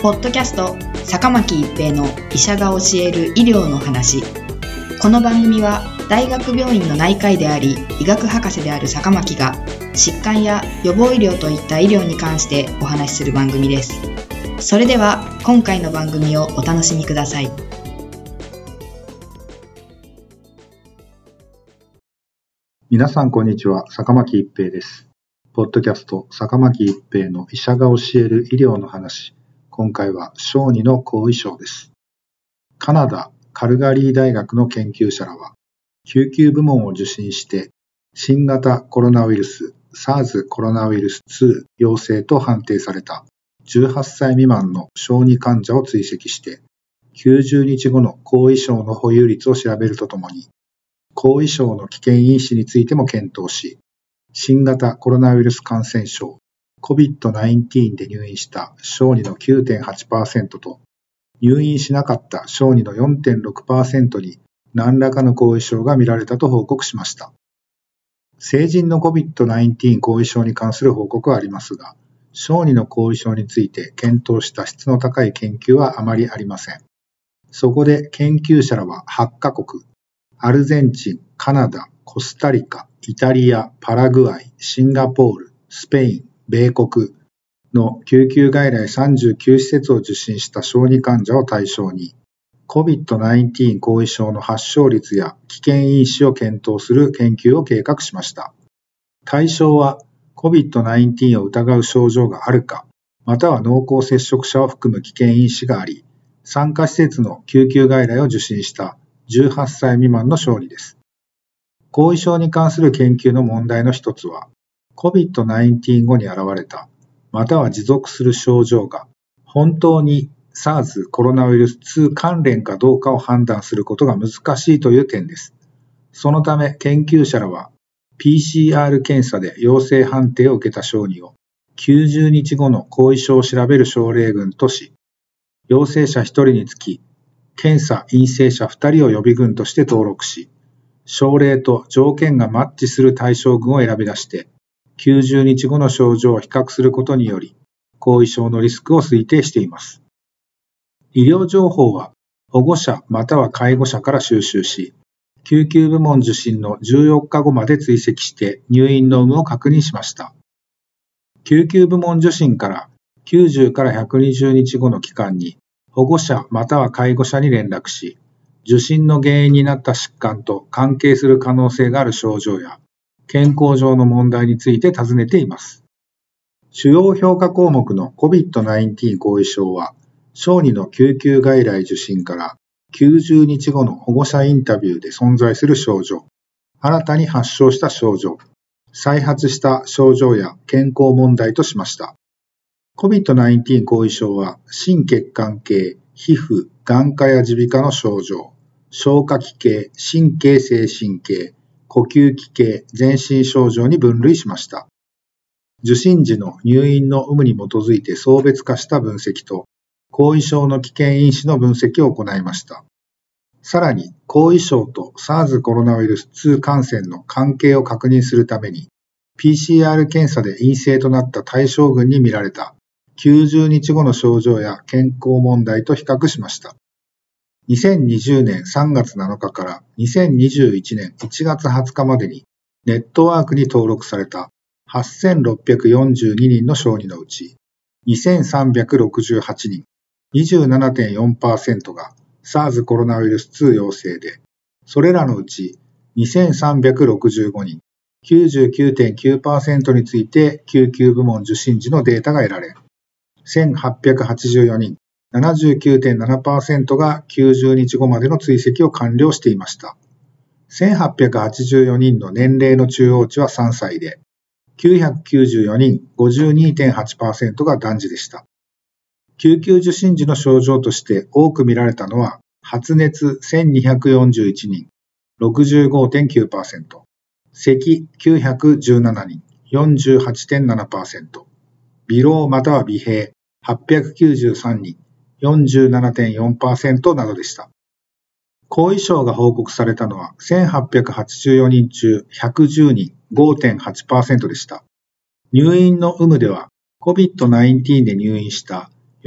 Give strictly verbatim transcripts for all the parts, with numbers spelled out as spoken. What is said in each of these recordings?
ポッドキャスト坂巻一平の医者が教える医療の話。この番組は大学病院の内科医であり医学博士である坂巻が疾患や予防医療といった医療に関してお話しする番組です。それでは今回の番組をお楽しみください。 皆さんこんにちは、坂巻一平です。ポッドキャスト坂巻一平の医者が教える医療の話。今回は小児の後遺症です。カナダ・カルガリー大学の研究者らは救急部門を受診して新型コロナウイルス SARS コロナウイルスに陽性と判定されたじゅうはっさい未満の小児患者を追跡してきゅうじゅうにちごの後遺症の保有率を調べるとともに後遺症の危険因子についても検討し、新型コロナウイルス感染症 コビッドナインティーン で入院した小児の きゅうてんはちパーセント と入院しなかった小児の よんてんろくパーセント に何らかの後遺症が見られたと報告しました。成人の コビッドナインティーン 後遺症に関する報告はありますが、小児の後遺症について検討した質の高い研究はあまりありません。そこで研究者らははちカ国、アルゼンチン、カナダ、コスタリカ、イタリア、パラグアイ、シンガポール、スペイン、米国の救急外来さんじゅうきゅう施設を受診した小児患者を対象に、コビッドナインティーン 後遺症の発症率や危険因子を検討する研究を計画しました。対象は コビッドナインティーン を疑う症状があるか、または濃厚接触者を含む危険因子があり、参加施設の救急外来を受診したじゅうはっさい未満の小児です。後遺症に関する研究の問題の一つは、コビッドナインティーン 後に現れた、または持続する症状が、本当に SARS コロナウイルスに関連かどうかを判断することが難しいという点です。そのため研究者らは、ピーシーアール 検査で陽性判定を受けた小児をきゅうじゅうにちごの後遺症を調べる症例群とし、陽性者ひとりにつき、検査陰性者ふたりを予備群として登録し、症例と条件がマッチする対象群を選び出して、きゅうじゅうにちごの症状を比較することにより、後遺症のリスクを推定しています。医療情報は保護者または介護者から収集し、救急部門受診のじゅうよっかごまで追跡して入院の有無を確認しました。救急部門受診からきゅうじゅうからひゃくにじゅうにちごの期間に保護者または介護者に連絡し、受診の原因になった疾患と関係する可能性がある症状や健康上の問題について尋ねています。主要評価項目の コビッドナインティーン 後遺症は、小児の救急外来受診からきゅうじゅうにちごの保護者インタビューで存在する症状、新たに発症した症状、再発した症状や健康問題としました。コビッドナインティーン 後遺症は、心血管系、皮膚、眼科や耳鼻科の症状、消化器系、神経精神系、呼吸器系、全身症状に分類しました。受診時の入院の有無に基づいて層別化した分析と、後遺症の危険因子の分析を行いました。さらに、後遺症と SARS コロナウイルスに感染の関係を確認するために、ピーシーアール 検査で陰性となった対象群に見られたきゅうじゅうにちごの症状や健康問題と比較しました。にせんにじゅうねんさんがつなのかからにせんにじゅういちねんいちがつはつかまでにネットワークに登録されたはっせんろっぴゃくよんじゅうににんの小児のうちにせんさんびゃくろくじゅうはちにん、にじゅうななてんよんパーセント が SARS コロナウイルスに陽性で、それらのうちにせんさんびゃくろくじゅうごにん、きゅうじゅうきゅうてんきゅうパーセント について救急部門受診時のデータが得られ、せんはっぴゃくはちじゅうよにん、ななじゅうきゅうてんななパーセント がきゅうじゅうにちごまでの追跡を完了していました。せんはっぴゃくはちじゅうよにんの年齢の中央値はさんさいで、きゅうひゃくきゅうじゅうよにん、ごじゅうにてんはちパーセント が男児でした。救急受診時の症状として多く見られたのは、発熱せんにひゃくよんじゅういちにん、ろくじゅうごてんきゅうパーセント、咳きゅうひゃくじゅうななにん、よんじゅうはちてんななパーセント、微老または微閉はっぴゃくきゅうじゅうさんにん、よんじゅうななてんよんパーセント などでした。後遺症が報告されたのはせんはっぴゃくはちじゅうよにん中ひゃくじゅうにん、ごてんはちパーセント でした。入院の有無では コビッドナインティーン で入院した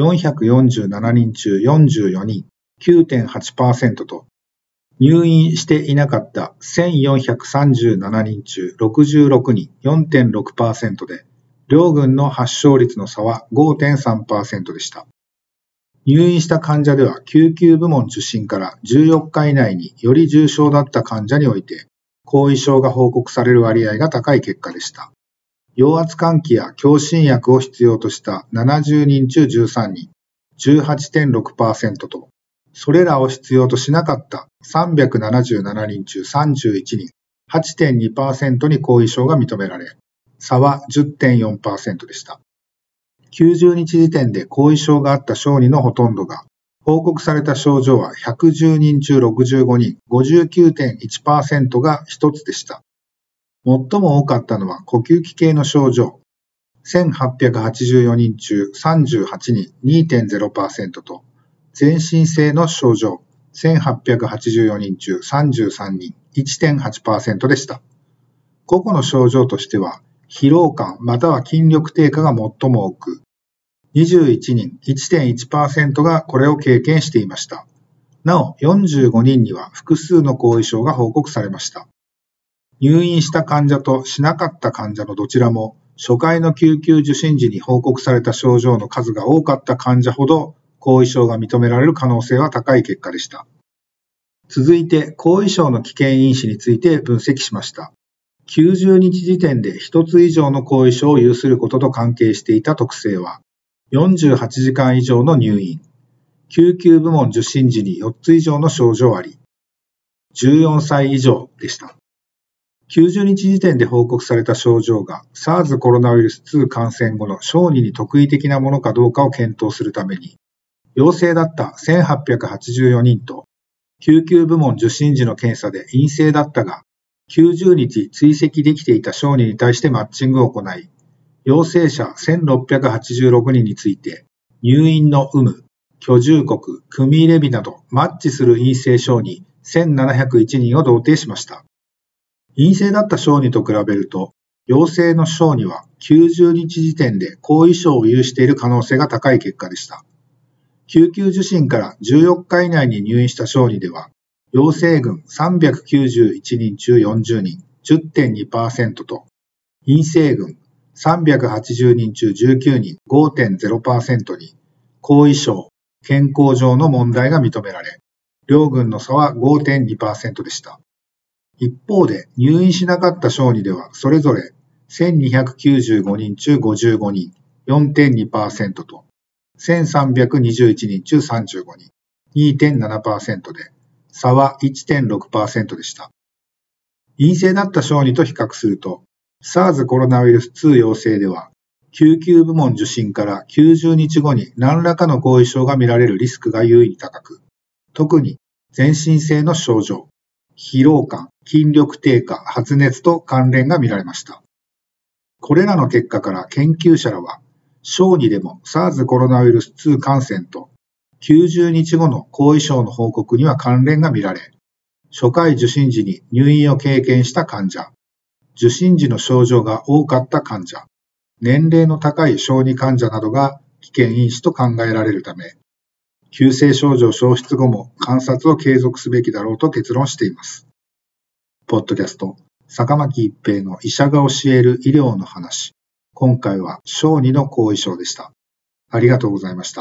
よんひゃくよんじゅうななにん中よんじゅうよにん、きゅうてんはちパーセント と、入院していなかったせんよんひゃくさんじゅうななにん中ろくじゅうろくにん、よんてんろくパーセント で、両軍の発症率の差は ごてんさんパーセント でした。入院した患者では救急部門受診からじゅうよっか以内により重症だった患者において、後遺症が報告される割合が高い結果でした。陽圧換気や強心薬を必要としたななじゅうにん中じゅうさんにん、じゅうはちてんろくパーセント と、それらを必要としなかったさんびゃくななじゅうななにん中さんじゅういちにん、はちてんにパーセント に後遺症が認められ、差は じゅってんよんパーセント でした。きゅうじゅうにち時点で後遺症があった小児のほとんどが、報告された症状はひゃくじゅうにん中ろくじゅうごにん、ごじゅうきゅうてんいちパーセント がひとつでした。最も多かったのは呼吸器系の症状。せんはっぴゃくはちじゅうよにん中さんじゅうはちにん、にてんゼロパーセント と、全身性の症状。せんはっぴゃくはちじゅうよにん中さんじゅうさんにん、いってんはちパーセント でした。個々の症状としては、疲労感または筋力低下が最も多く、にじゅういちにん、いってんいちパーセント がこれを経験していました。なお、よんじゅうごにんには複数の後遺症が報告されました。入院した患者としなかった患者のどちらも、初回の救急受診時に報告された症状の数が多かった患者ほど、後遺症が認められる可能性は高い結果でした。続いて、後遺症の危険因子について分析しました。きゅうじゅうにち時点でひとつ以上の後遺症を有することと関係していた特性は、よんじゅうはちじかん以上の入院、救急部門受診時によっつ以上の症状あり、じゅうよんさい以上でした。きゅうじゅうにち時点で報告された症状が SARS コロナウイルスに感染後の小児に特異的なものかどうかを検討するために、陽性だったせんはっぴゃくはちじゅうよにんと、救急部門受診時の検査で陰性だったが、きゅうじゅうにち追跡できていた小児に対してマッチングを行い、陽性者せんろっぴゃくはちじゅうろくにんについて、入院の有無、居住国、組入れ日などマッチする陰性小児せんななひゃくいちにんを同定しました。陰性だった小児と比べると、陽性の小児はきゅうじゅうにち時点で後遺症を有している可能性が高い結果でした。救急受診からじゅうよっか以内に入院した小児では、陽性群さんびゃくきゅうじゅういちにん中よんじゅうにん、じゅってんにパーセント と、陰性群さんびゃくはちじゅうにん中じゅうきゅうにん、ごてんゼロパーセント に、後遺症、健康上の問題が認められ、両群の差は ごてんにパーセント でした。一方で入院しなかった小児ではそれぞれせんにひゃくきゅうじゅうごにん中ごじゅうごにん、よんてんにパーセント とせんさんびゃくにじゅういちにん中さんじゅうごにん、にてんななパーセント で差は いってんろくパーセント でした。陰性だった小児と比較すると SARS コロナウイルスに陽性では救急部門受診からきゅうじゅうにちごに何らかの後遺症が見られるリスクが優位に高く、特に全身性の症状、疲労感、筋力低下、発熱と関連が見られました。これらの結果から研究者らは、小児でも SARS コロナウイルスに感染ときゅうじゅうにちごの後遺症の報告には関連が見られ、初回受診時に入院を経験した患者、受診時の症状が多かった患者、年齢の高い小児患者などが危険因子と考えられるため、急性症状消失後も観察を継続すべきだろうと結論しています。ポッドキャスト、坂巻一平の医者が教える医療の話。今回は小児の後遺症でした。ありがとうございました。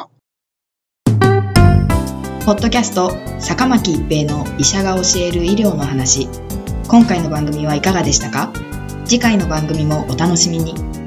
ポッドキャスト、坂巻一平の医者が教える医療の話。今回の番組はいかがでしたか？次回の番組もお楽しみに。